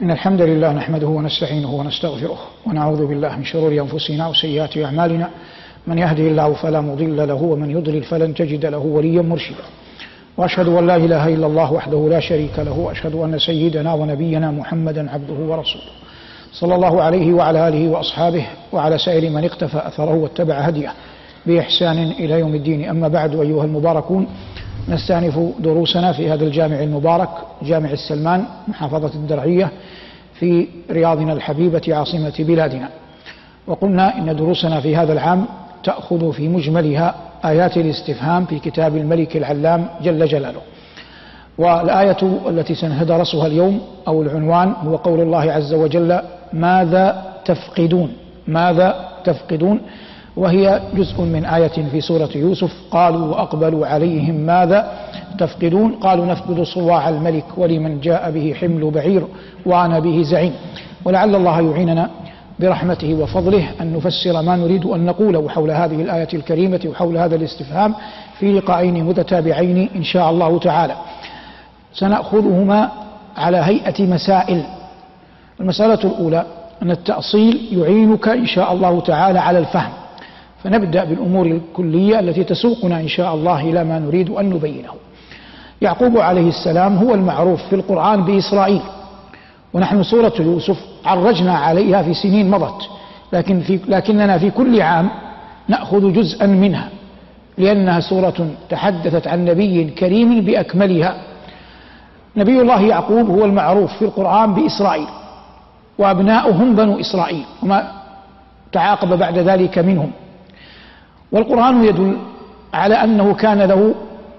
إن الحمد لله نحمده ونستعينه ونستغفره ونعوذ بالله من شرور أنفسنا وسيئات أعمالنا. من يهده الله فلا مضل له ومن يضلل فلن تجد له وليا مرشدا. وأشهد أن لا إله إلا الله وحده لا شريك له، وأشهد أن سيدنا ونبينا محمدا عبده ورسوله صلى الله عليه وعلى آله وأصحابه وعلى سائر من اقتفى أثره واتبع هديه بإحسان إلى يوم الدين. أما بعد، أيها المباركون، نستأنف دروسنا في هذا الجامع المبارك، جامع السلمان، محافظة الدرعية في رياضنا الحبيبة عاصمة بلادنا. وقلنا إن دروسنا في هذا العام تأخذ في مجملها آيات الاستفهام في كتاب الملك العلام جل جلاله. والآية التي سندرسها اليوم أو العنوان هو قول الله عز وجل: ماذا تفقدون؟ ماذا تفقدون؟ وهي جزء من آية في سورة يوسف. قالوا وأقبلوا عليهم: ماذا تفقدون؟ قالوا نفقد صواع الملك ولمن جاء به حمل بعير وأنا به زعيم. ولعل الله يعيننا برحمته وفضله أن نفسر ما نريد أن نقوله حول هذه الآية الكريمة وحول هذا الاستفهام في لقاءين متتابعين إن شاء الله تعالى. سنأخذهما على هيئة مسائل. المسألة الأولى أن التأصيل يعينك إن شاء الله تعالى على الفهم، فنبدأ بالأمور الكلية التي تسوقنا إن شاء الله إلى ما نريد أن نبينه. يعقوب عليه السلام هو المعروف في القرآن بإسرائيل، ونحن سورة يوسف عرجنا عليها في سنين مضت، لكننا في كل عام نأخذ جزءا منها، لأنها سورة تحدثت عن نبي كريم بأكملها. نبي الله يعقوب هو المعروف في القرآن بإسرائيل، وأبناؤهم بنو إسرائيل وما تعاقب بعد ذلك منهم. والقرآن يدل على أنه كان له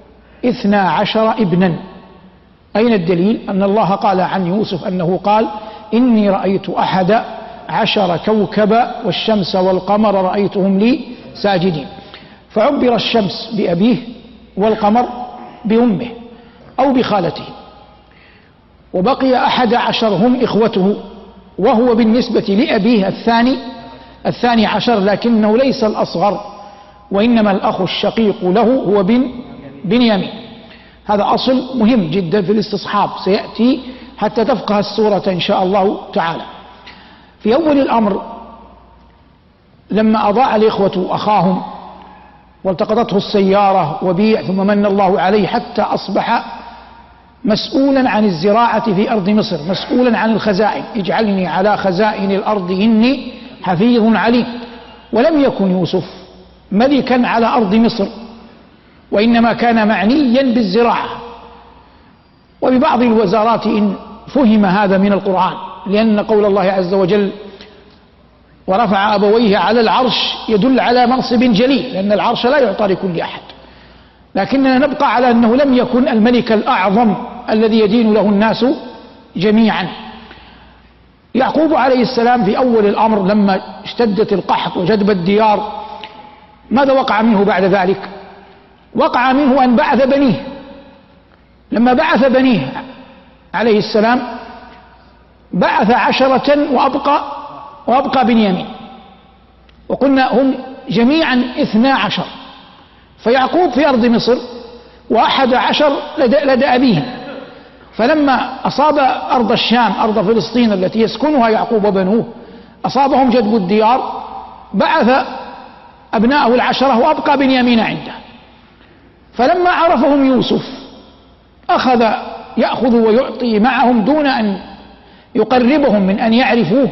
12 ابنا. أين الدليل؟ أن الله قال عن يوسف أنه قال: إني رأيت 11 كوكبا والشمس والقمر رأيتهم لي ساجدين. فعبر الشمس بأبيه والقمر بأمه أو بخالته، وبقي 11 هم إخوته، وهو بالنسبة لأبيه الثاني عشر، لكنه ليس الأصغر، وإنما الأخ الشقيق له هو بنيامين. هذا أصل مهم جدا في الاستصحاب، سيأتي حتى تفقه السورة إن شاء الله تعالى. في أول الأمر لما أضاع الإخوة أخاهم والتقطته السيارة وبيع، ثم من الله عليه حتى أصبح مسؤولا عن الزراعة في أرض مصر، مسؤولا عن الخزائن: اجعلني على خزائن الأرض إني حفيظ عليم. ولم يكن يوسف ملكا على أرض مصر، وإنما كان معنيا بالزراعة. وببعض الوزارات إن فهم هذا من القرآن، لأن قول الله عز وجل: ورفع أبويه على العرش يدل على منصب جليل، لأن العرش لا يعطى لكل أحد، لكننا نبقى على أنه لم يكن الملك الأعظم الذي يدين له الناس جميعا. يعقوب عليه السلام في أول الأمر لما اشتدت القحط وجدب الديار، ماذا وقع منه بعد ذلك؟ وقع منه أن بعث بنيه. لما بعث بنيه عليه السلام بعث 10 وأبقى بنيامين، وقلنا هم جميعا 12. فيعقوب في أرض مصر و11 لدى أبيهم. فلما أصاب أرض الشام، أرض فلسطين التي يسكنها يعقوب وبنوه، أصابهم جدب الديار، بعث أبناءه 10 وأبقى بنيامين عنده. فلما عرفهم يوسف أخذ يأخذ ويعطي معهم دون أن يقربهم من أن يعرفوه،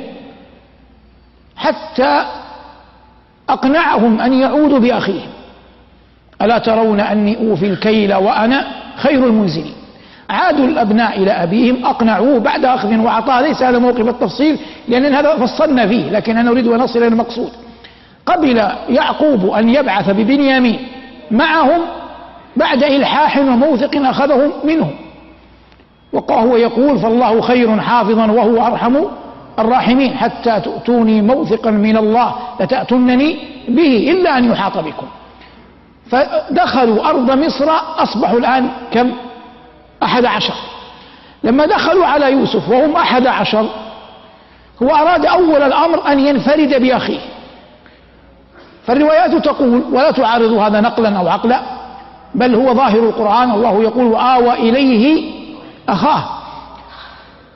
حتى أقنعهم أن يعودوا بأخيهم: ألا ترون أني أوفي الكيل وأنا خير المنزلين. عادوا الأبناء إلى أبيهم، أقنعوه بعد أخذ وعطاء. ليس هذا موقف التفصيل لأن هذا فصلنا فيه، لكن أنا أريد أن نصل إلى المقصود. قبل يعقوب أن يبعث ببنيامين معهم بعد إلحاح وموثق أخذهم منهم، وهو يقول: فالله خير حافظا وهو أرحم الراحمين، حتى تؤتوني موثقا من الله لتأتونني به إلا أن يحاط بكم. فدخلوا أرض مصر، أصبحوا الآن كم؟ 11. لما دخلوا على يوسف وهم 11، هو أراد أول الأمر أن ينفرد بأخيه. فالروايات تقول، ولا تعارض هذا نقلا أو عقلا، بل هو ظاهر القرآن، الله يقول: وآوى إليه أخاه.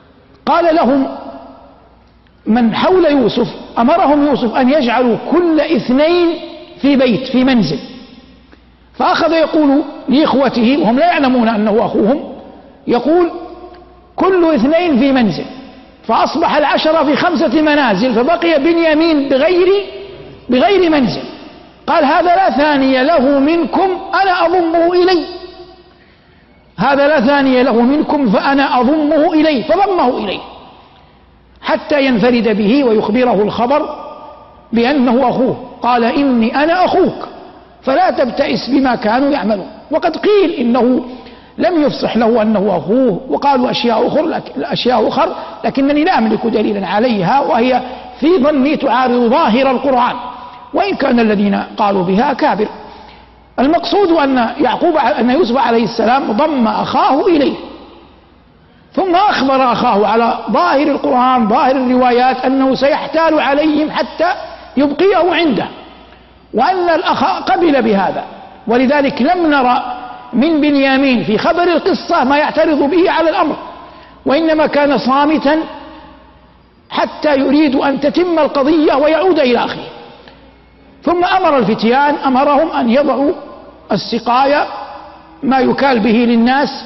قال لهم من حول يوسف، أمرهم يوسف أن يجعلوا كل 2 في بيت في منزل، فأخذ يقول لإخوته وهم لا يعلمون أنه أخوهم، يقول كل 2 في منزل، فأصبح 10 في 5 منازل، فبقي بنيامين بغير منزل. قال هذا لا ثاني له منكم أنا أضمه إلي، هذا لا ثاني له منكم فأنا أضمه إلي، فضمه إليه حتى ينفرد به ويخبره الخبر بأنه أخوه. قال إني أنا أخوك فلا تبتئس بما كانوا يعملون. وقد قيل إنه لم يفصح له أنه أخوه، وقالوا أشياء أخر لكنني لا أملك دليلا عليها، وهي في ظني تعارض ظاهر القرآن، وإن كان الذين قالوا بها كابر. المقصود أن يوسف عليه السلام ضم أخاه إليه، ثم أخبر أخاه على ظاهر القرآن ظاهر الروايات أنه سيحتال عليهم حتى يبقيه عنده، وأن الأخ قبل بهذا. ولذلك لم نرى من بنيامين في خبر القصة ما يعترض به على الأمر، وإنما كان صامتا حتى يريد أن تتم القضية ويعود إلى أخيه. ثم أمر الفتيان، أمرهم أن يضعوا السقاية ما يكال به للناس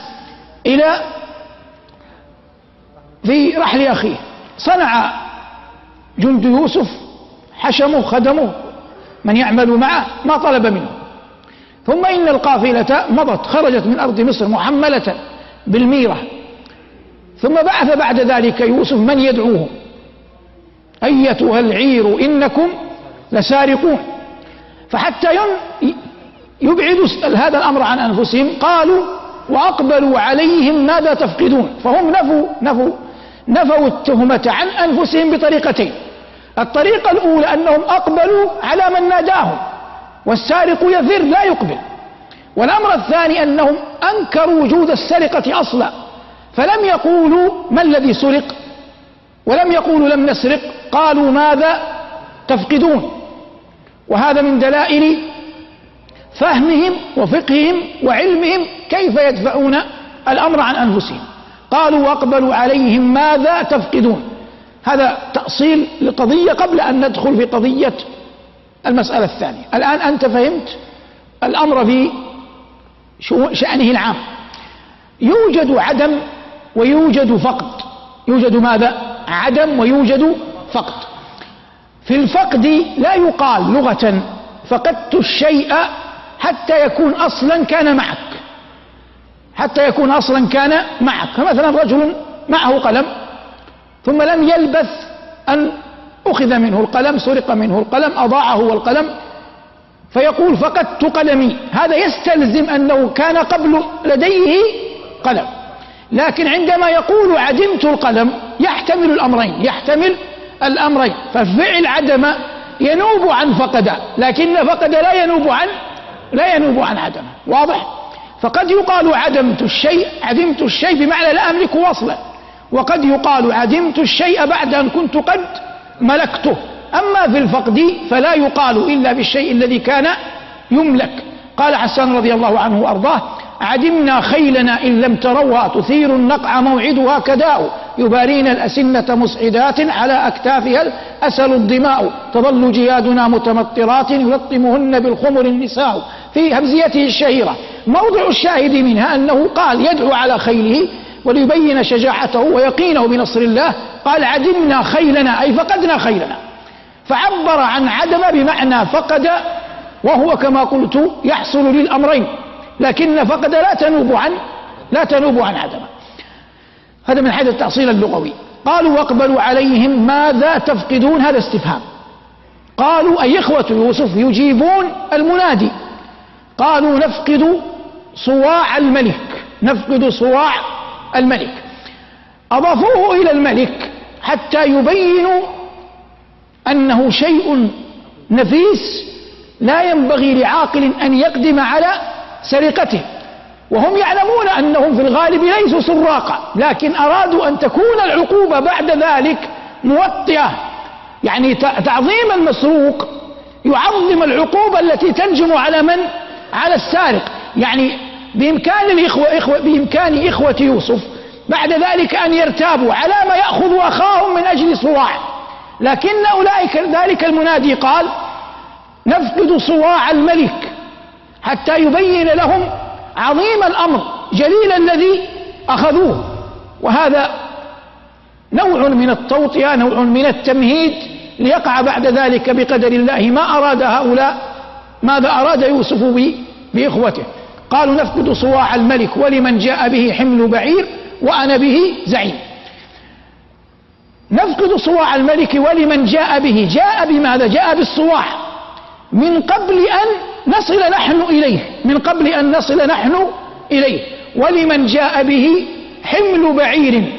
في رحل أخيه. صنع جند يوسف حشمه خدمه من يعمل معه ما طلب منه. ثم إن القافلة مضت، خرجت من أرض مصر محملة بالميرة، ثم بعث بعد ذلك يوسف من يدعوهم: أيتها العير إنكم لسارقون. فحتى يبعدوا هذا الأمر عن أنفسهم قالوا وأقبلوا عليهم ماذا تفقدون، فهم نفوا التهمة عن أنفسهم بطريقتين. الطريقة الأولى أنهم أقبلوا على من ناداهم، والسارق يفر لا يقبل. والأمر الثاني أنهم أنكروا وجود السرقة أصلا، فلم يقولوا ما الذي سرق، ولم يقولوا لم نسرق، قالوا ماذا تفقدون. وهذا من دلائل فهمهم وفقههم وعلمهم كيف يدفعون الأمر عن أنفسهم. قالوا وأقبلوا عليهم ماذا تفقدون. هذا تأصيل لقضية قبل أن ندخل في قضية المسألة الثانية. الآن أنت فهمت الأمر في شأنه العام. يوجد عدم ويوجد فقد. يوجد ماذا؟ عدم ويوجد فقد. في الفقد لا يقال لغة فقدت الشيء حتى يكون أصلا كان معك، حتى يكون أصلا كان معك. فمثلا رجل معه قلم ثم لم يلبث أن أخذ منه القلم، سرق منه القلم، أضاعه القلم، فيقول فقدت قلمي. هذا يستلزم أنه كان قبل لديه قلم. لكن عندما يقول عدمت القلم يحتمل الأمرين. ففعل عدم ينوب عن فقد، لكن فقد لا ينوب عن عدم. واضح؟ فقد يقال عدمت الشيء بمعنى لا أملك وصلا، وقد يقال عدمت الشيء بعد أن كنت قد ملكته. أما في الفقد فلا يقال إلا بالشيء الذي كان يملك. قال حسان رضي الله عنه وأرضاه: عدمنا خيلنا إن لم تروها تثير النقع موعدها كداء، يبارين الأسنة مسعدات على أكتافها الأسل الضماء، تظل جيادنا متمطرات يلطمهن بالخمر النساء. في همزيته الشهيرة موضع الشاهد منها أنه قال يدعو على خيله وليبين شجاعته ويقينه بنصر الله. قال عدمنا خيلنا أي فقدنا خيلنا، فعبر عن عدم بمعنى فقد، وهو كما قلت يحصل للأمرين، لكن فقد لا تنوب عن عدم. هذا من حيث التأصيل اللغوي. قالوا واقبلوا عليهم ماذا تفقدون، هذا استفهام. قالوا أي إخوة يوسف يجيبون المنادي، قالوا نفقد صواع الملك. أضافوه إلى الملك حتى يبينوا أنه شيء نفيس لا ينبغي لعاقل أن يقدم على سرقته، وهم يعلمون أنهم في الغالب ليسوا سراقا، لكن أرادوا أن تكون العقوبة بعد ذلك موطئة، يعني تعظيم المسروق يعظم العقوبة التي تنجم على السارق. يعني بإمكان إخوة يوسف بعد ذلك أن يرتابوا على ما يأخذ أخاهم من أجل صواع، لكن أولئك ذلك المنادي قال نفقد صواع الملك حتى يبين لهم عظيم الأمر جليل الذي أخذوه. وهذا نوع من التوطئة، نوع من التمهيد ليقع بعد ذلك بقدر الله ما أراد هؤلاء، ماذا أراد يوسف بإخوته. قالوا نفقد صواع الملك ولمن جاء به حمل بعير وأنا به زعيم. نفقد صواع الملك ولمن جاء به، جاء بماذا؟ جاء بالصواع من قبل أن نصل نحن إليه، من قبل أن نصل نحن إليه. ولمن جاء به حمل بعير.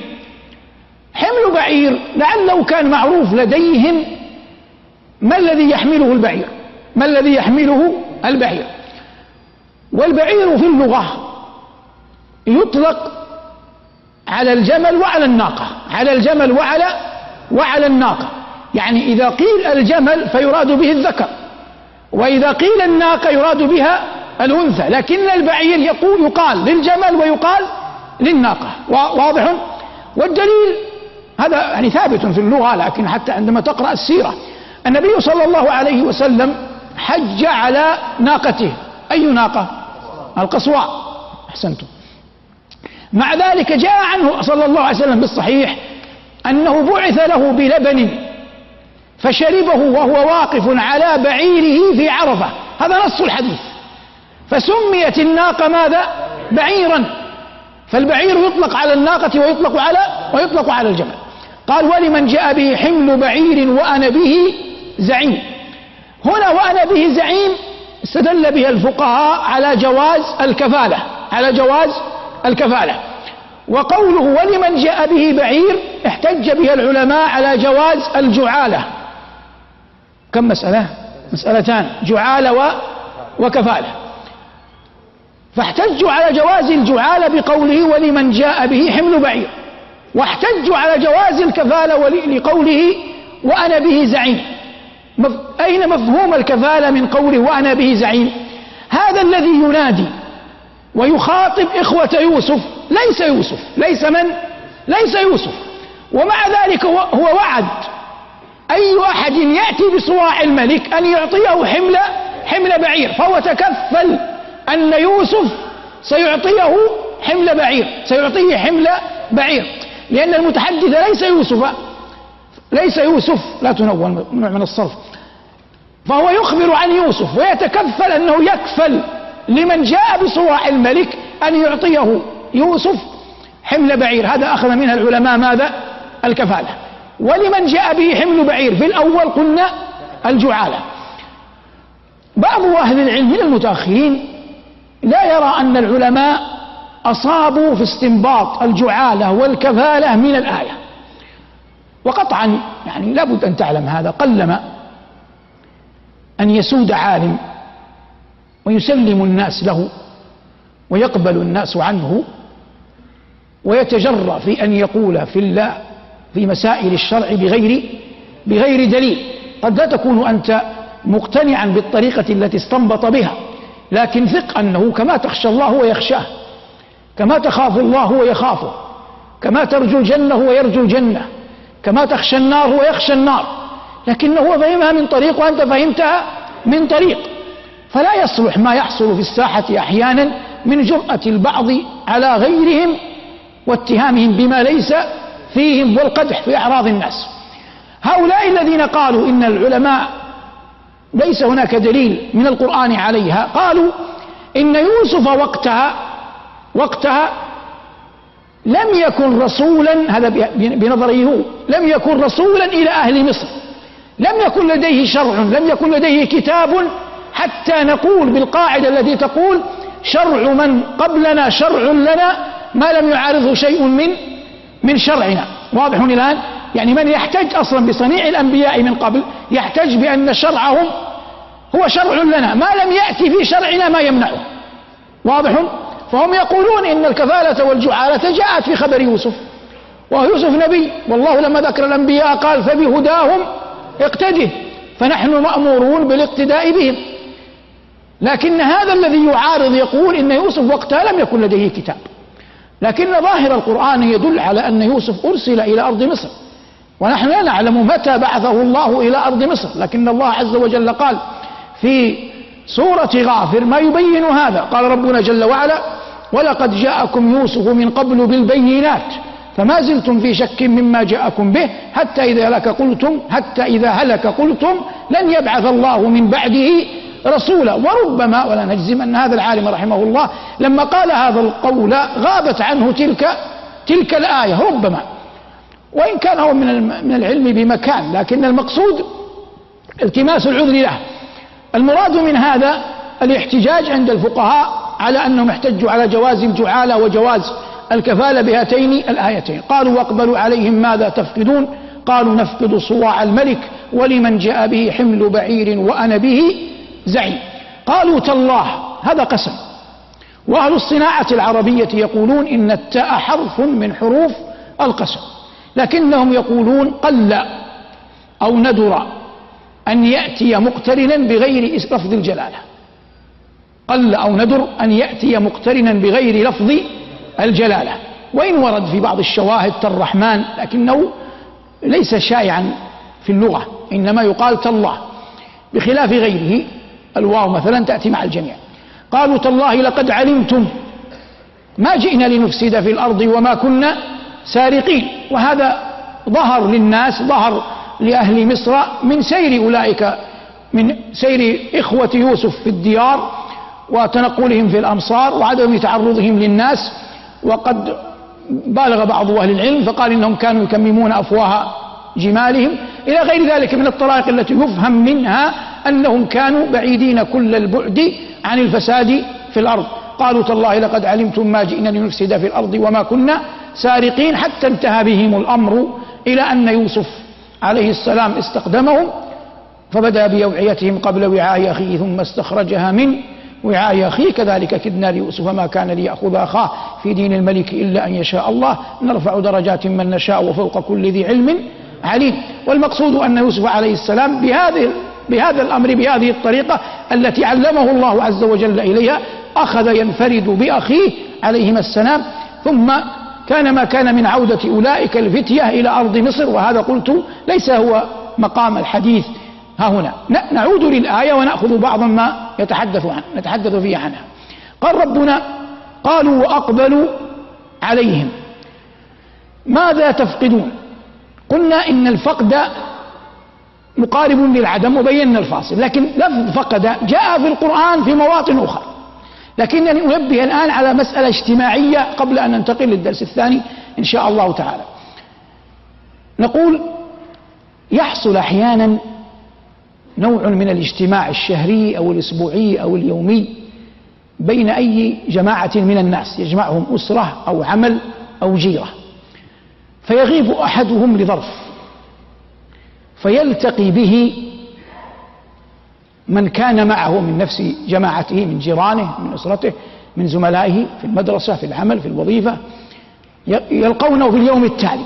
حمل بعير لعله كان معروف لديهم ما الذي يحمله البعير، ما الذي يحمله البعير. والبعير في اللغة يطلق على الجمل وعلى الناقة، على الجمل وعلى الناقة. يعني إذا قيل الجمل فيراد به الذكر، وإذا قيل الناقة يراد بها الأنثى، لكن البعير يقال للجمل ويقال للناقة. واضح؟ والدليل هذا يعني ثابت في اللغة، لكن حتى عندما تقرأ السيرة النبي صلى الله عليه وسلم حج على ناقته. أي ناقة؟ القصواء. أحسنتم. مع ذلك جاء عنه صلى الله عليه وسلم بالصحيح أنه بعث له بلبن فشربه وهو واقف على بعيره في عرفة، هذا نص الحديث. فسميت الناقة ماذا؟ بعيرا. فالبعير يطلق على الناقة ويطلق على الجمل. قال على من جاء به حمل بعير وأنا به زعيم. هنا وأنا به زعيم استدل بها الفقهاء على جواز الكفالة، على جواز الكفالة. وقوله ولمن جاء به بعير احتج بها العلماء على جواز الجعالة. كم مسألة؟ مسألتان، جعالة وكفالة. فاحتجوا على جواز الجعالة بقوله ولمن جاء به حمل بعير، واحتجوا على جواز الكفالة لقوله وأنا به زعيم. أين مفهوم الكفالة من قوله وأنا به زعيم؟ هذا الذي ينادي ويخاطب إخوة يوسف ليس يوسف، ليس من؟ ليس يوسف. ومع ذلك هو وعد أي أحد يأتي بصواع الملك أن يعطيه حمل بعير، فهو تكفل أن يوسف سيعطيه حمل بعير، سيعطيه حمل بعير، لأن المتحدث ليس يوسف، لا تنون من الصرف. فهو يخبر عن يوسف ويتكفل أنه يكفل لمن جاء بصواع الملك أن يعطيه يوسف حمل بعير. هذا أخذ منها العلماء ماذا؟ الكفالة. ولمن جاء به حمل بعير في الأول قلنا الجعالة. بعض أهل العلم من المتأخرين لا يرى أن العلماء أصابوا في استنباط الجعالة والكفالة من الآية، وقطعا يعني لابد أن تعلم هذا. قلما أن يسود عالم ويسلم الناس له ويقبل الناس عنه ويتجرأ في أن يقول في الله في مسائل الشرع بغير دليل. قد لا تكون أنت مقتنعا بالطريقة التي استنبط بها، لكن ثق أنه كما تخشى الله هو يخشاه، كما تخاف الله هو يخافه، كما ترجو الجنة هو يرجو الجنة، كما تخشى النار هو يخشى النار، لكنه هو فهمها من طريق وأنت فهمتها من طريق. فلا يصلح ما يحصل في الساحة أحيانا من جرأة البعض على غيرهم واتهامهم بما ليس فيهم والقدح في أعراض الناس. هؤلاء الذين قالوا إن العلماء ليس هناك دليل من القرآن عليها، قالوا إن يوسف وقتها لم يكن رسولا، هذا بنظره هو، لم يكن رسولا إلى أهل مصر، لم يكن لديه شرع، لم يكن لديه كتاب حتى نقول بالقاعدة التي تقول شرع من قبلنا شرع لنا ما لم يعارضه شيء من شرعنا. واضح الآن؟ يعني من يحتج أصلا بصنيع الأنبياء من قبل يحتج بأن شرعهم هو شرع لنا ما لم يأتي في شرعنا ما يمنعه. واضح؟ فهم يقولون إن الكفالة والجعالة جاءت في خبر يوسف، ويوسف نبي، والله لما ذكر الأنبياء قال فبهداهم اقتده، فنحن مأمورون بالاقتداء بهم. لكن هذا الذي يعارض يقول إن يوسف وقتها لم يكن لديه كتاب، لكن ظاهر القرآن يدل على أن يوسف أرسل إلى أرض مصر، ونحن لا نعلم متى بعثه الله إلى أرض مصر، لكن الله عز وجل قال في سورة غافر ما يبين هذا. قال ربنا جل وعلا: ولقد جاءكم يوسف من قبل بالبينات فما زلتم في شك مما جاءكم به حتى إذا هلك قلتم لن يبعث الله من بعده رسولا. وربما، ولا نجزم أن هذا العالم رحمه الله لما قال هذا القول غابت عنه تلك الآية ربما، وإن كان هو من العلم بمكان، لكن المقصود التماس العذر له. المراد من هذا الاحتجاج عند الفقهاء على أنهم احتجوا على جواز الجعالة وجواز الكفالة بهاتين الآيتين. قالوا: واقبلوا عليهم ماذا تفقدون؟ قالوا: نفقد صواع الملك ولمن جاء به حمل بعير وأنا به زعيم. قالوا: تالله، هذا قسم. وأهل الصناعة العربية يقولون إن التاء حرف من حروف القسم، لكنهم يقولون قل أو ندر أن يأتي مقترنا بغير لفظ الجلالة. قل أو ندر أن يأتي مقترنا بغير لفظ الجلالة، وإن ورد في بعض الشواهد كالرحمن، لكنه ليس شائعا في اللغة، إنما يقال تالله، بخلاف غيره الواو مثلا تأتي مع الجميع. قالوا: تالله لقد علمتم ما جئنا لنفسد في الأرض وما كنا سارقين. وهذا ظهر للناس، ظهر لأهل مصر من سير أولئك، من سير إخوة يوسف في الديار وتنقلهم في الأمصار وعدم تعرضهم للناس. وقد بالغ بعض أهل العلم فقال إنهم كانوا يكممون أفواه جمالهم إلى غير ذلك من الطرائق التي يفهم منها أنهم كانوا بعيدين كل البعد عن الفساد في الأرض. قالوا: تالله لقد علمتم ما جئنا لنفسد في الأرض وما كنا سارقين، حتى انتهى بهم الأمر إلى أن يوسف عليه السلام استقدمهم فبدأ بأوعيتهم قبل وعاء أخيه ثم استخرجها من وعاء أخيه كذلك كدنا ليوسف ما كان ليأخذ أخاه في دين الملك إلا أن يشاء الله نرفع درجات من نشاء وفوق كل ذي علم عليم. والمقصود أن يوسف عليه السلام بهذا الأمر بهذه الطريقة التي علمه الله عز وجل إليها أخذ ينفرد بأخيه عليهما السلام، ثم كان ما كان من عودة أولئك الفتية إلى أرض مصر. وهذا قلت ليس هو مقام الحديث ها هنا، نعود للآية ونأخذ بعضا ما نتحدث فيه عنها. قال ربنا: قالوا وأقبلوا عليهم ماذا تفقدون. قلنا إن الفقد مقارب للعدم وبينا الفاصل، لكن لفظ فقد جاء في القرآن في مواطن أخرى، لكنني أنبه الآن على مسألة اجتماعية قبل أن ننتقل للدرس الثاني إن شاء الله تعالى. نقول يحصل أحيانا نوع من الاجتماع الشهري أو الأسبوعي أو اليومي بين أي جماعة من الناس، يجمعهم أسرة أو عمل أو جيرة، فيغيب أحدهم لظرف فيلتقي به من كان معه من نفس جماعته، من جيرانه، من أسرته، من زملائه في المدرسة، في العمل، في الوظيفة، يلقونه في اليوم التالي.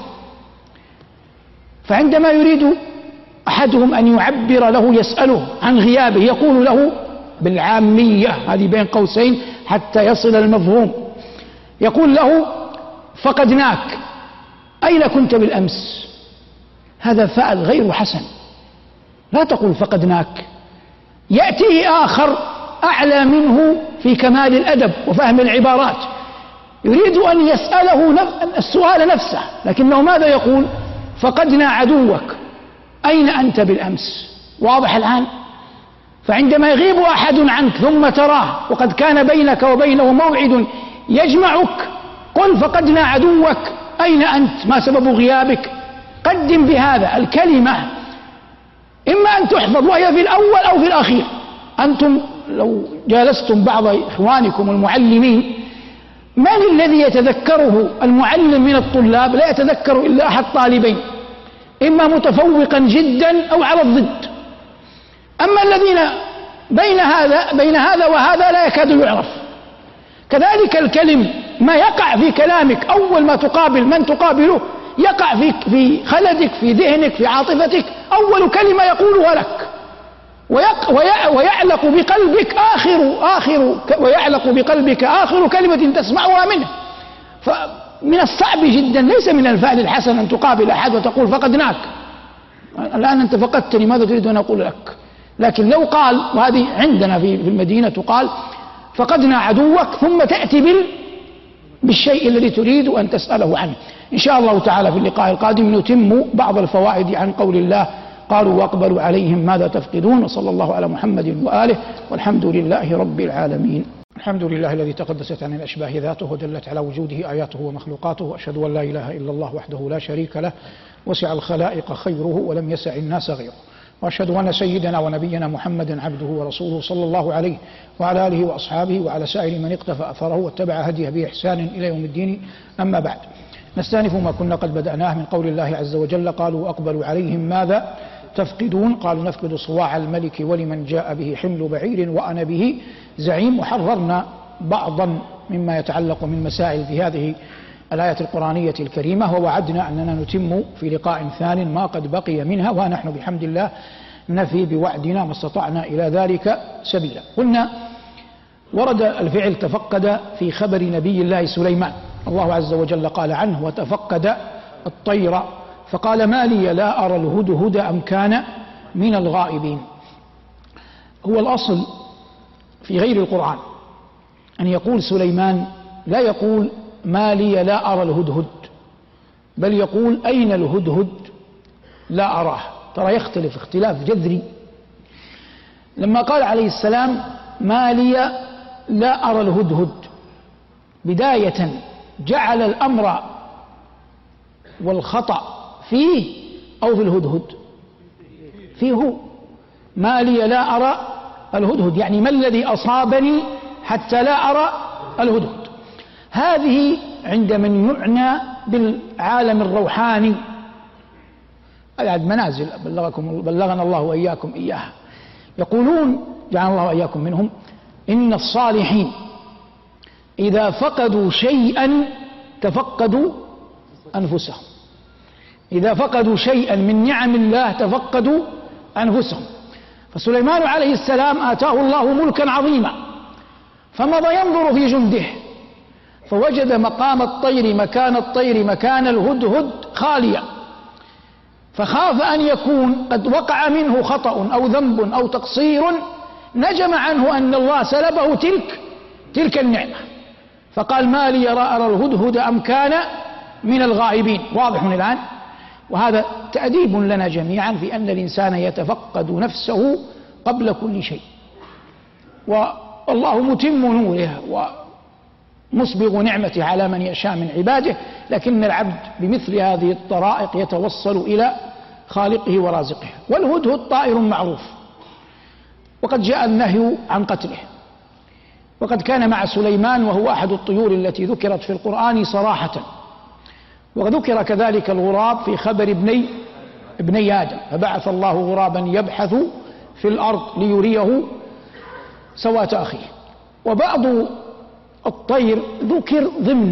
فعندما يريد أحدهم أن يعبر له يسأله عن غيابه يقول له بالعامية هذه بين قوسين حتى يصل المفهوم، يقول له: فقدناك، أين كنت بالأمس؟ هذا فعل غير حسن، لا تقول فقدناك. يأتيه آخر أعلى منه في كمال الأدب وفهم العبارات يريد أن يسأله السؤال نفسه، لكنه ماذا يقول؟ فقدنا عدوك، أين أنت بالأمس؟ واضح الآن؟ فعندما يغيب أحد عنك ثم تراه وقد كان بينك وبينه موعد يجمعك قل فقدنا عدوك، أين أنت؟ ما سبب غيابك؟ قدم بهذا الكلمة، إما أن تحفظ وهي في الأول أو في الأخير. أنتم لو جالستم بعض إخوانكم المعلمين من الذي يتذكره المعلم من الطلاب؟ لا يتذكر إلا أحد طالبين، إما متفوقا جدا أو على الضد. أما الذين بين هذا وهذا لا يكاد يعرف. كذلك الكلم ما يقع في كلامك أول ما تقابل من تقابله يقع في خلدك، في ذهنك، في عاطفتك، أول كلمة يقولها لك، ويعلق بقلبك آخر كلمة تسمعها منه. فمن الصعب جدا، ليس من الفعل الحسن أن تقابل أحد وتقول فقدناك، الآن أنت فقدتني ماذا تريد أن أقول لك؟ لكن لو قال، وهذه عندنا في المدينة تقال فقدنا عدوك، ثم تأتي بالشيء الذي تريد أن تسأله عنه. إن شاء الله تعالى في اللقاء القادم نتم بعض الفوائد عن قول الله قالوا وأقبلوا عليهم ماذا تفقدون. وصلى الله على محمد وآله، والحمد لله رب العالمين. الحمد لله الذي تقدست عن الأشباه ذاته ودلت على وجوده آياته ومخلوقاته، وأشهد أن لا إله إلا الله وحده لا شريك له وسع الخلائق خيره ولم يسع الناس غيره، وأشهد أن سيدنا ونبينا محمدا عبده ورسوله صلى الله عليه وعلى آله وأصحابه وعلى سائر من اقتفى أثره واتبع هديه بإحسان إلى يوم الدين. أما بعد، نستأنف ما كنا قد بدأناه من قول الله عز وجل قالوا وأقبلوا عليهم ماذا تفقدون. قالوا نفقد صواع الملك ولمن جاء به حمل بعير وأنا به زعيم. وحررنا بعضا مما يتعلق من مسائل في هذه الآية القرآنية الكريمة، ووعدنا أننا نتم في لقاء ثان ما قد بقي منها، ونحن بحمد الله نفي بوعدنا ما استطعنا إلى ذلك سبيلا. قلنا ورد الفعل تفقد في خبر نبي الله سليمان، الله عز وجل قال عنه وتفقد الطير فقال ما لي لا أرى الهدهد أم كان من الغائبين. هو الأصل في غير القرآن أن يقول سليمان، لا يقول ما لي لا أرى الهدهد، بل يقول أين الهدهد لا أراه. ترى يختلف اختلاف جذري. لما قال عليه السلام ما لي لا أرى الهدهد، بداية جعل الأمر والخطأ فيه أو في الهدهد؟ فيه هو. ما لي لا أرى الهدهد يعني ما الذي أصابني حتى لا أرى الهدهد. هذه عند من يعنى بالعالم الروحاني، هذه منازل بلغنا الله وإياكم إياها. يقولون جعلنا الله وإياكم منهم إن الصالحين إذا فقدوا شيئا تفقدوا أنفسهم، إذا فقدوا شيئا من نعم الله تفقدوا أنفسهم. فسليمان عليه السلام آتاه الله ملكا عظيما، فمضى ينظر في جنده فوجد مقام الطير مكان الطير مكان الهدهد خاليا، فخاف أن يكون قد وقع منه خطأ أو ذنب أو تقصير نجم عنه أن الله سلبه تلك النعمة، فقال ما لي أرى الهدهد أم كان من الغائبين. واضح من الآن؟ وهذا تأديب لنا جميعا في أن الإنسان يتفقد نفسه قبل كل شيء، والله متم نوره ومسبغ نعمته على من يشاء من عباده، لكن العبد بمثل هذه الطرائق يتوصل إلى خالقه ورازقه. والهدهد طائر معروف، وقد جاء النهي عن قتله، وقد كان مع سليمان وهو أحد الطيور التي ذكرت في القرآن صراحة. وذكر كذلك الغراب في خبر ابني آدم، فبعث الله غرابا يبحث في الأرض ليريه سوءة أخيه. وبعض الطير ذكر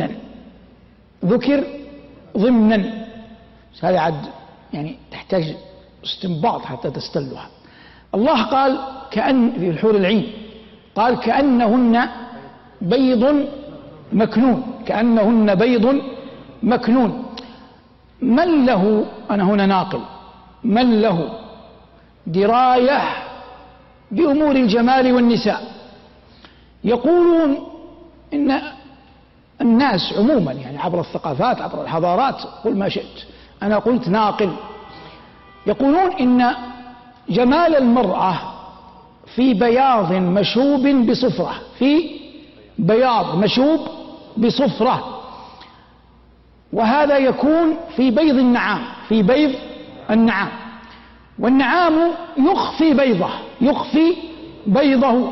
ضمنا، هذا عد يعني تحتاج استنباط حتى تستلها. الله قال كأن في الحور العين قال كأنهن بيض مكنون، كأنهن بيض مكنون. من له، أنا هنا ناقل، من له دراية بأمور الجمال والنساء؟ يقولون إن الناس عموما يعني عبر الثقافات عبر الحضارات، قل ما شئت، أنا قلت ناقل، يقولون إن جمال المرأة في بياض مشوب بصفرة، في بياض مشوب بصفرة، وهذا يكون في بيض النعام، في بيض النعام، والنعام يخفي بيضه،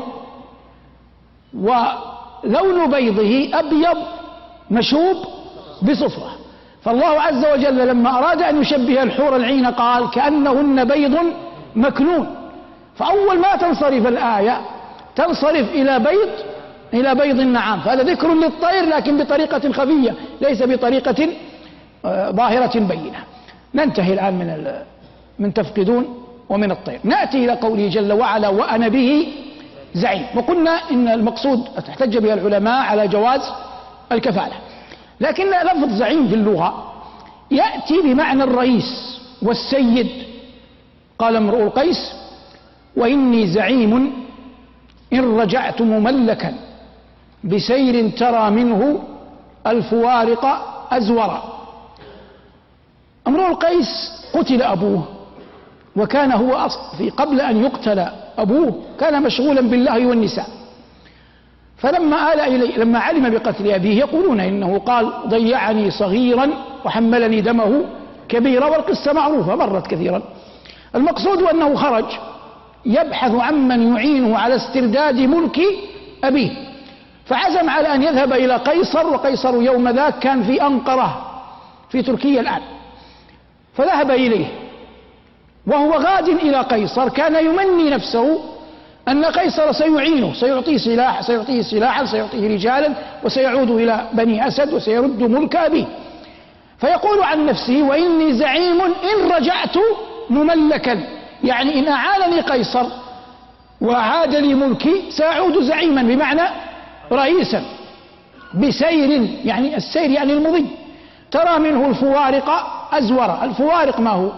ولون بيضه أبيض مشوب بصفرة. فالله عز وجل لما أراد أن يشبه الحور العين قال كأنهن بيض مكنون. فأول ما تنصرف الآية تنصرف إلى بيض النعام، فهذا ذكر للطير لكن بطريقة خفية ليس بطريقة ظاهرة بينة. ننتهي الآن من تفقدون ومن الطير، نأتي إلى قوله جل وعلا وأنا به زعيم. وقلنا إن المقصود احتج به العلماء على جواز الكفالة، لكن لفظ زعيم في اللغة يأتي بمعنى الرئيس والسيد. قال امرؤ القيس: وإني زعيم إن رجعت مملكا بسير ترى منه الفوارق أزورا. امرؤ القيس قتل أبوه، وكان هو قبل أن يقتل أبوه كان مشغولا باللهو والنساء، فلما آل إليه لما علم بقتل أبيه يقولون إنه قال: ضيعني صغيرا وحملني دمه كبيرا، والقصة معروفة مرت كثيرا. المقصود أنه خرج يبحث عمن يعينه على استرداد ملك أبيه، فعزم على أن يذهب إلى قيصر، وقيصر يوم ذاك كان في أنقرة في تركيا الآن، فذهب إليه وهو غاد إلى قيصر كان يمني نفسه أن قيصر سيعينه، سيعطيه سلاحا، سيعطيه رجالا، وسيعود إلى بني أسد وسيرد ملك أبيه. فيقول عن نفسه: وإني زعيم إن رجعت مملكا، يعني إن أعانني قيصر وعاد لي ملكي سأعود زعيما بمعنى رئيسا، بسير يعني السير يعني المضي، ترى منه الفوارق أزورا. الفوارق ما هو؟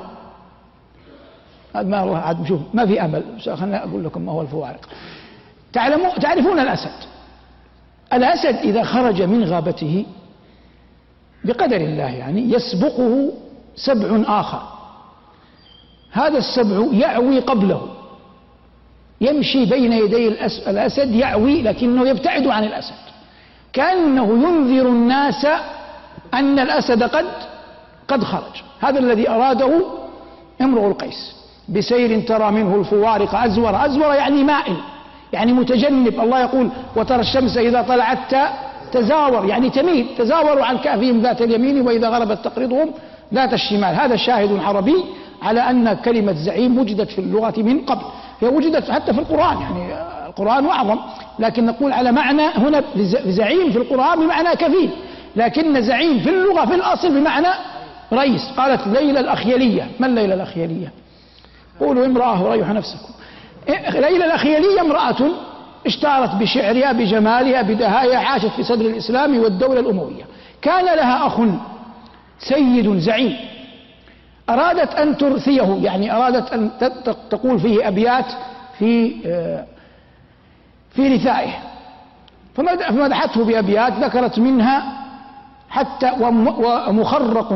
ما في أمل، خلنا أقول لكم ما هو الفوارق. تعرفون الأسد إذا خرج من غابته بقدر الله يعني يسبقه سبع آخر، هذا السبع يعوي قبله، يمشي بين يدي الأسد يعوي لكنه يبتعد عن الأسد، كأنه ينذر الناس أن الأسد قد خرج. هذا الذي أراده امرؤ القيس: بسير ترى منه الفوارق أزور. أزور يعني مائل، يعني متجنب. الله يقول: وترى الشمس إذا طلعت تزاور، يعني تميل، تزاوروا عن كهفهم ذات اليمين وإذا غربت تقرضهم ذات الشمال. هذا شاهد عربي على أن كلمة زعيم وجدت في اللغة من قبل، هي وجدت حتى في القرآن، يعني القرآن أعظم، لكن نقول على معنى هنا زعيم في القرآن بمعنى كفيل، لكن زعيم في اللغة في الأصل بمعنى رئيس. قالت ليلى الأخيلية. من ليلى الأخيلية؟ قولوا امرأة وريح نفسكم. ليلى الأخيلية امرأة اشتهرت بشعرها بجمالها بدهائها، عاشت في صدر الإسلام والدولة الأموية. كان لها أخ سيد زعيم، أرادت أن ترثيه، يعني أرادت أن تقول فيه أبيات في رثائه، فمدحته بأبيات ذكرت منها: حتى ومخرق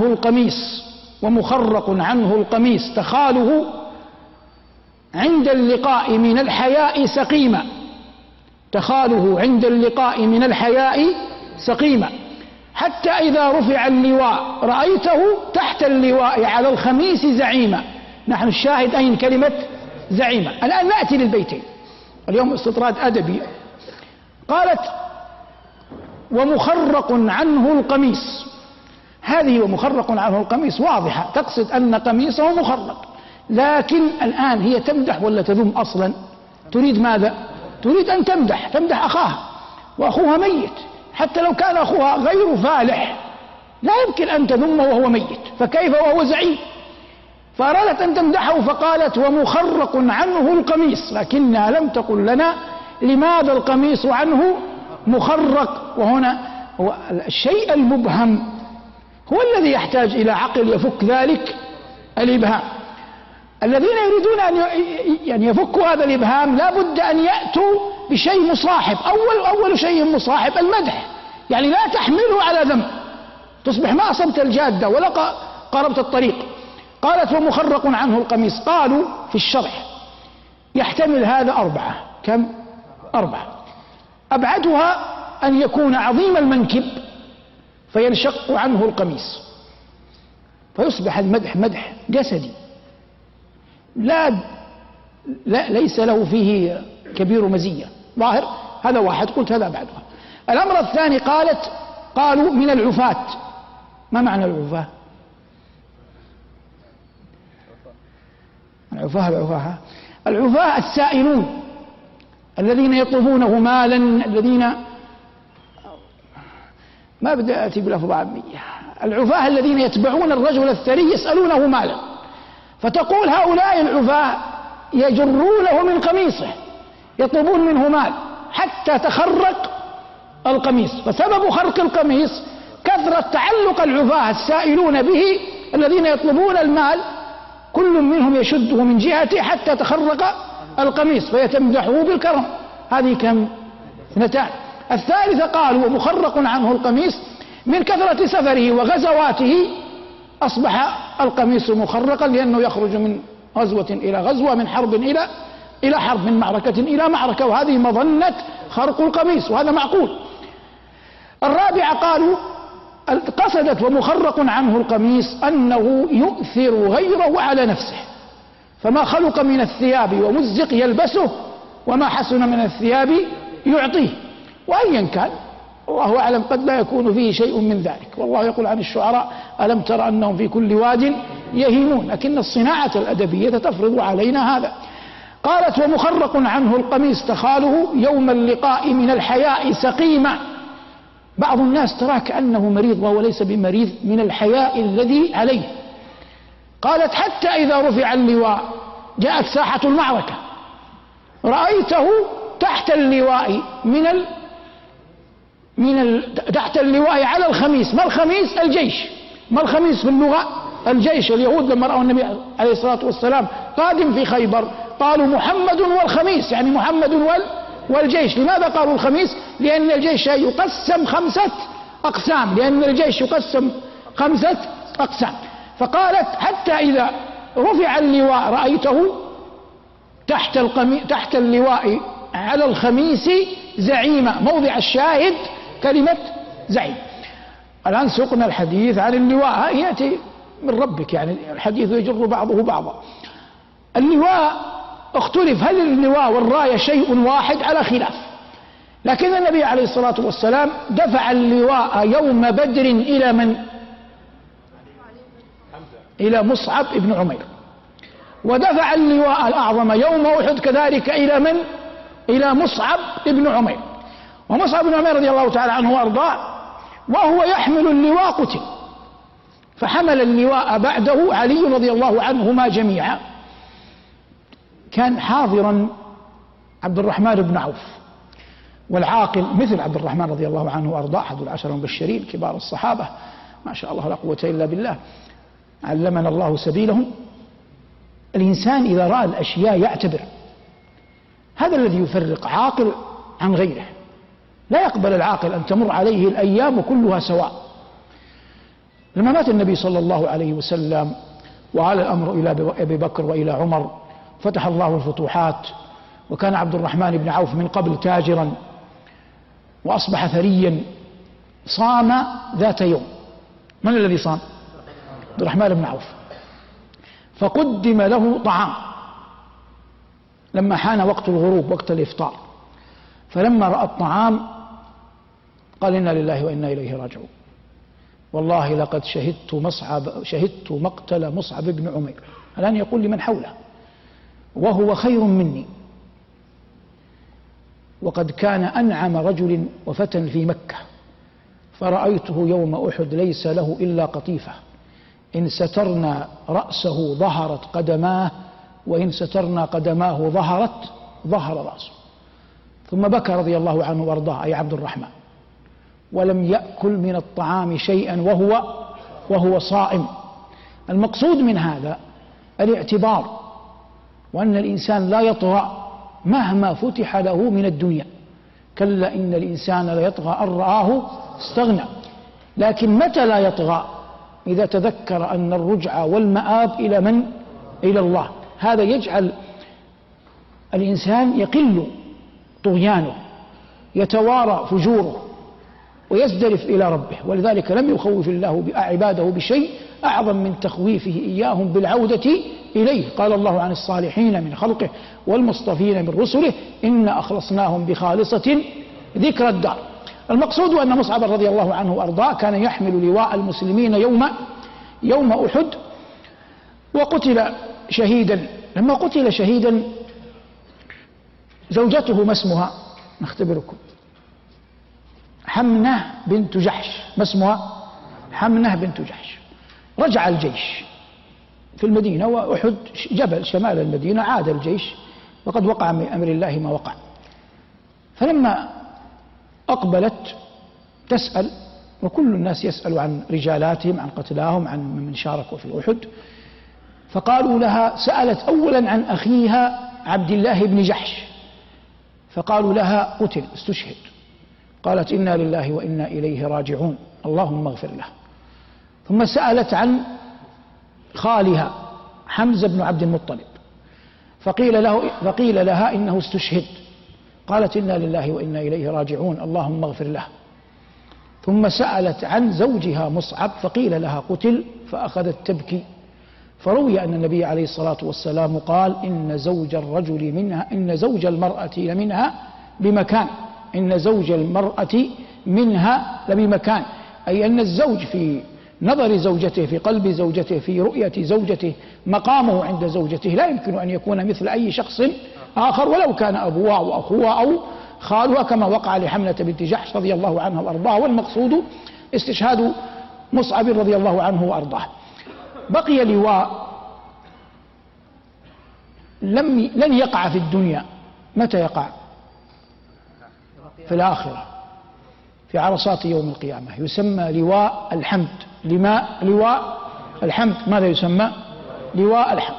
عنه القميص تخاله عند اللقاء من الحياء سقيما. تخاله عند اللقاء من الحياء سقيما، حتى إذا رفع اللواء رأيته تحت اللواء على الخميس زعيما. نحن الشاهد أين كلمة زعيمة. الآن نأتي للبيتين، اليوم استطراد أدبي. قالت: ومخرق عنه القميص. هذه ومخرق عنه القميص واضحة، تقصد أن قميصه مخرق، لكن الآن هي تمدح ولا تذم أصلا؟ تريد ماذا؟ تريد أن تمدح أخاها، وأخوها ميت، حتى لو كان أخوها غير فالح لا يمكن أن تذمه وهو ميت، فكيف وهو زعيم؟ فأرادت أن تمدحه فقالت: ومخرق عنه القميص، لكنها لم تقل لنا لماذا القميص عنه مخرق. وهنا الشيء المبهم هو الذي يحتاج إلى عقل يفك ذلك الإبهام. الذين يريدون أن يفكوا هذا الإبهام لا بد أن يأتوا بشيء مصاحب. أول شيء مصاحب المدح، يعني لا تحمله على ذنب، تصبح ما أصبت الجادة ولا قربت الطريق. قالت: ومخرق عنه القميص. قالوا في الشرح يحتمل هذا 4. كم؟ 4. أبعدها أن يكون عظيم المنكب فينشق عنه القميص فيصبح المدح مدح جسدي ليس له فيه كبير مزية ظاهر. هذا واحد، قلت هذا أبعدها. الأمر الثاني قالوا من العفاة. ما معنى العفاة؟ العفاة السائلون الذين يطلبونه مالا، الذين ما بدأ أتي بلفظ عامية. العفاة الذين يتبعون الرجل الثري يسألونه مالا، فتقول هؤلاء العفاة يجرونه من قميصه، يطلبون منه مال حتى تخرق القميص، فسبب خرق القميص كثرة تعلق العفاة السائلون به الذين يطلبون المال، كل منهم يشده من جهته حتى تخرق القميص فيتمدحه بالكرم. هذه كم؟ 2. الثالثة قالوا ومخرق عنه القميص من كثرة سفره وغزواته أصبح القميص مخرقا، لأنه يخرج من غزوة إلى غزوة، من حرب إلى حرب، من معركة إلى معركة، وهذه مظنة خرق القميص، وهذا معقول. 4 قالوا قصدت ومخرق عنه القميص أنه يؤثر غيره على نفسه، فما خلق من الثياب ومزق يلبسه، وما حسن من الثياب يعطيه. وأيا كان الله أعلم قد لا يكون فيه شيء من ذلك، والله يقول عن الشعراء ألم تر أنهم في كل واد يهيمون، لكن الصناعة الأدبية تفرض علينا هذا. قالت ومخرق عنه القميص تخاله يوم اللقاء من الحياء سقيما. بعض الناس تراه كأنه مريض وهو ليس بمريض من الحياء الذي عليه. قالت حتى إذا رفع اللواء جاءت ساحة المعركة رأيته تحت اللواء تحت اللواء على الخميس. ما الخميس؟ الجيش. ما الخميس في اللغة؟ الجيش. اليهود لما رأوا النبي عليه الصلاة والسلام قادم في خيبر قالوا محمد والخميس، يعني محمد والجيش. لماذا قالوا الخميس؟ لأن الجيش يقسم 5 أقسام، لأن الجيش يقسم 5 أقسام. فقالت حتى إذا رفع اللواء رأيته تحت اللواء على الخميس زعيمة. موضع الشاهد كلمة زعيم. الآن سقنا الحديث عن اللواء، يأتي من ربك، يعني الحديث يجر بعضه بعضا. اللواء اختلف هل اللواء والراية شيء واحد على خلاف، لكن النبي عليه الصلاة والسلام دفع اللواء يوم بدر إلى من؟ إلى مصعب بن عمير. ودفع اللواء الأعظم يوم أحد كذلك إلى من؟ إلى مصعب بن عمير. ومصعب بن عمير رضي الله تعالى عنه وأرضاه وهو يحمل اللواء قتل، فحمل اللواء بعده علي رضي الله عنهما جميعا. كان حاضرا عبد الرحمن بن عوف، والعاقل مثل عبد الرحمن رضي الله عنه وأرضاه، أحد العشر المبشرين كبار الصحابة ما شاء الله لا قوة إلا بالله، علمنا الله سبيلهم. الإنسان إذا رأى الأشياء يعتبر، هذا الذي يفرق عاقل عن غيره. لا يقبل العاقل أن تمر عليه الأيام كلها سواء. لما مات النبي صلى الله عليه وسلم وعلى الأمر إلى أبي بكر وإلى عمر، فتح الله الفتوحات، وكان عبد الرحمن بن عوف من قبل تاجرا وأصبح ثريا، صام ذات يوم. من الذي صام؟ عبد الرحمن بن عوف. فقدم له طعام لما حان وقت الغروب، وقت الإفطار، فلما رأى الطعام قال إنا لله وإنا إليه راجعون، والله لقد شهدت مقتل مصعب بن عمير. الآن يقول لمن حوله وهو خير مني، وقد كان أنعم رجل وفتى في مكة، فرأيته يوم أحد ليس له إلا قطيفة، إن سترنا رأسه ظهرت قدماه، وإن سترنا قدماه ظهر رأسه. ثم بكى رضي الله عنه وارضاه، أي عبد الرحمن، ولم يأكل من الطعام شيئا وهو صائم. المقصود من هذا الاعتبار، وأن الإنسان لا يطغى مهما فتح له من الدنيا. كلا إن الإنسان ليطغى أن رآه استغنى. لكن متى لا يطغى؟ إذا تذكر أن الرجعة والمآب إلى من؟ إلى الله. هذا يجعل الإنسان يقل طغيانه، يتوارى فجوره، ويزدرف إلى ربه. ولذلك لم يخوف الله عباده بشيء أعظم من تخويفه إياهم بالعودة إليه. قال الله عن الصالحين من خلقه والمصطفين من رسله إنا أخلصناهم بخالصة ذكر الدار. المقصود أن مصعب رضي الله عنه وأرضاه كان يحمل لواء المسلمين يوم أحد، وقتل شهيدا. لما قتل شهيدا زوجته ما اسمها؟ نختبركم. حمنة بنت جحش. ما اسمها؟ حمنة بنت جحش. رجع الجيش في المدينة، وأحد جبل شمال المدينة، عاد الجيش وقد وقع من أمر الله ما وقع. فلما أقبلت تسأل وكل الناس يسأل عن رجالاتهم، عن قتلاهم، عن من شاركوا في أحد. فقالوا لها، سألت أولا عن أخيها عبد الله بن جحش، فقالوا لها قتل استشهد. قالت إنا لله وإنا إليه راجعون، اللهم اغفر له. ثم سألت عن خالها حمزة بن عبد المطلب، فقيل لها إنه استشهد. قالت إنا لله وإنا إليه راجعون، اللهم اغفر له. ثم سألت عن زوجها مصعب، فقيل لها قتل، فأخذت تبكي. فروي أن النبي عليه الصلاة والسلام قال إن زوج الرجل منها، إن زوج المرأة لمنها بمكان، إن زوج المرأة منها لبمكان، أي أن الزوج في نظر زوجته، في قلب زوجته، في رؤية زوجته، مقامه عند زوجته لا يمكن أن يكون مثل أي شخص آخر، ولو كان أبوها أو أخوها أو خالها، كما وقع لحملة بنت جحش رضي الله عنها وأرضاها. والمقصود استشهاد مصعب رضي الله عنه وأرضاه. بقي لواء لن يقع في الدنيا. متى يقع؟ في الآخرة، في عرصات يوم القيامة، يسمى لواء الحمد. لواء الحمد. ماذا يسمى؟ لواء الحمد.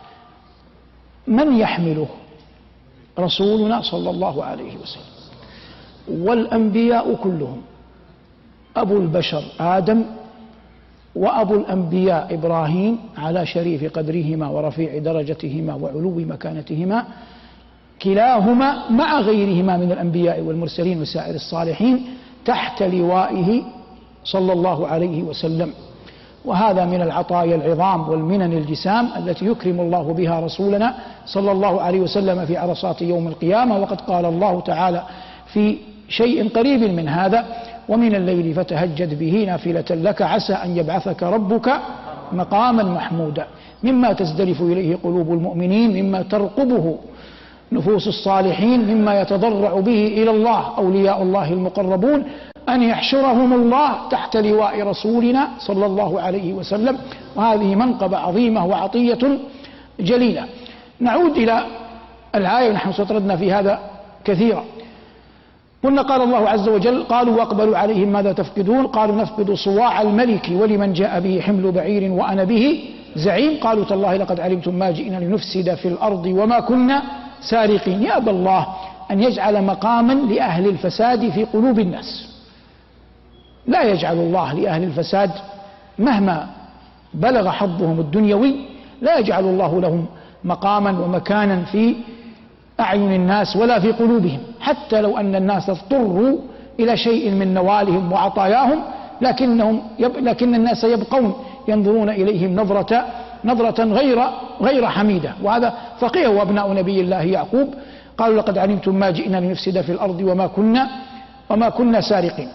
من يحمله؟ رسولنا صلى الله عليه وسلم، والأنبياء كلهم، أبو البشر آدم، وأبو الأنبياء إبراهيم على شريف قدرهما ورفيع درجتهما وعلو مكانتهما، كلاهما مع غيرهما من الأنبياء والمرسلين وسائر الصالحين تحت لوائه صلى الله عليه وسلم. وهذا من العطايا العظام والمنن الجسام التي يكرم الله بها رسولنا صلى الله عليه وسلم في عرصات يوم القيامة. وقد قال الله تعالى في شيء قريب من هذا: ومن الليل فتهجد به نافلة لك عسى أن يبعثك ربك مقاما محمودا. مما تزدلف إليه قلوب المؤمنين، مما ترقبه نفوس الصالحين، مما يتضرع به إلى الله أولياء الله المقربون، أن يحشرهم الله تحت لواء رسولنا صلى الله عليه وسلم. وهذه منقبة عظيمة وعطية جليلة. نعود إلى الآية، ونحن ستردنا في هذا كثيرا. قلنا قال الله عز وجل: قالوا واقبلوا عليهم ماذا تفقدون؟ قالوا نفقد صواع الملك ولمن جاء به حمل بعير وأنا به زعيم. قالوا تالله لقد علمتم ما جئنا لنفسد في الأرض وما كنا سارقين. يأبى الله أن يجعل مقاما لأهل الفساد في قلوب الناس. لا يجعل الله لأهل الفساد مهما بلغ حظهم الدنيوي، لا يجعل الله لهم مقاما ومكانا في أعين الناس ولا في قلوبهم، حتى لو أن الناس اضطروا إلى شيء من نوالهم وعطاياهم، لكن الناس يبقون ينظرون إليهم نظرة غير حميدة. وهذا فقيه أبناء نبي الله يعقوب. قالوا لقد علمتم ما جئنا لنفسد في الأرض وما كنا سارقين.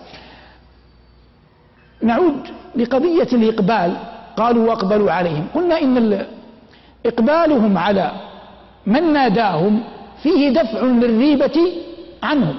نعود لقضية الإقبال. قالوا واقبلوا عليهم. قلنا إن إقبالهم على من ناداهم فيه دفع للريبة عنهم،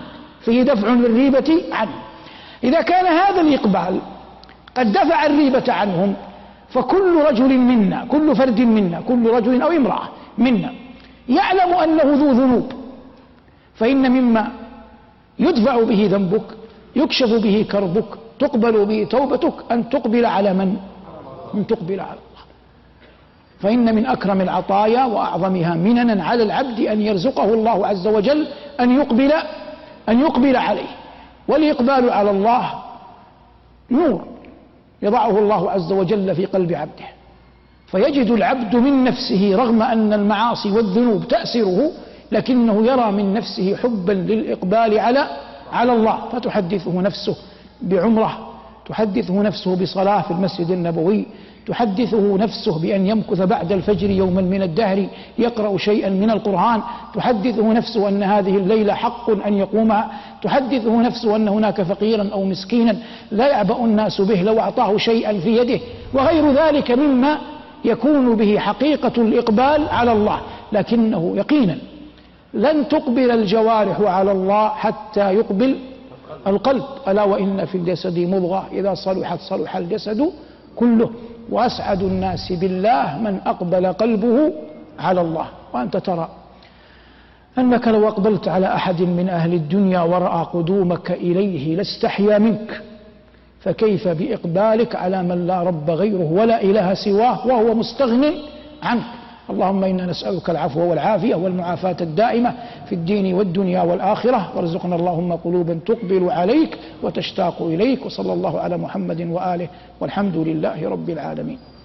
إذا كان هذا الإقبال قد دفع الريبة عنهم، فكل رجل منا، كل فرد منا، كل رجل أو امرأة منا يعلم أنه ذو ذنوب، فإن مما يدفع به ذنبك، يكشف به كربك، تقبل به توبتك، أن تقبل على من؟ أن تقبل على الله. فإن من أكرم العطايا وأعظمها مننا على العبد أن يرزقه الله عز وجل أن يقبل عليه. والإقبال على الله نور يضعه الله عز وجل في قلب عبده، فيجد العبد من نفسه رغم أن المعاصي والذنوب تأسره، لكنه يرى من نفسه حبا للإقبال على الله، فتحدثه نفسه بعمرة، تحدثه نفسه بصلاة في المسجد النبوي، تحدثه نفسه بأن يمكث بعد الفجر يوما من الدهر يقرأ شيئا من القرآن، تحدثه نفسه أن هذه الليلة حق أن يقومها، تحدثه نفسه أن هناك فقيرا أو مسكينا لا يعبأ الناس به لو أعطاه شيئا في يده، وغير ذلك مما يكون به حقيقة الإقبال على الله. لكنه يقينا لن تقبل الجوارح على الله حتى يقبل القلب. ألا وإن في الجسد مضغة إذا صلحت صلح الجسد كله، وأسعد الناس بالله من أقبل قلبه على الله. وأنت ترى أنك لو أقبلت على أحد من أهل الدنيا ورأى قدومك إليه لاستحيا منك، فكيف بإقبالك على من لا رب غيره ولا إله سواه وهو مستغن عنك؟ اللهم إنا نسألك العفو والعافية والمعافاة الدائمة في الدين والدنيا والآخرة، وارزقنا اللهم قلوبا تقبل عليك وتشتاق إليك. وصلى الله على محمد وآله، والحمد لله رب العالمين.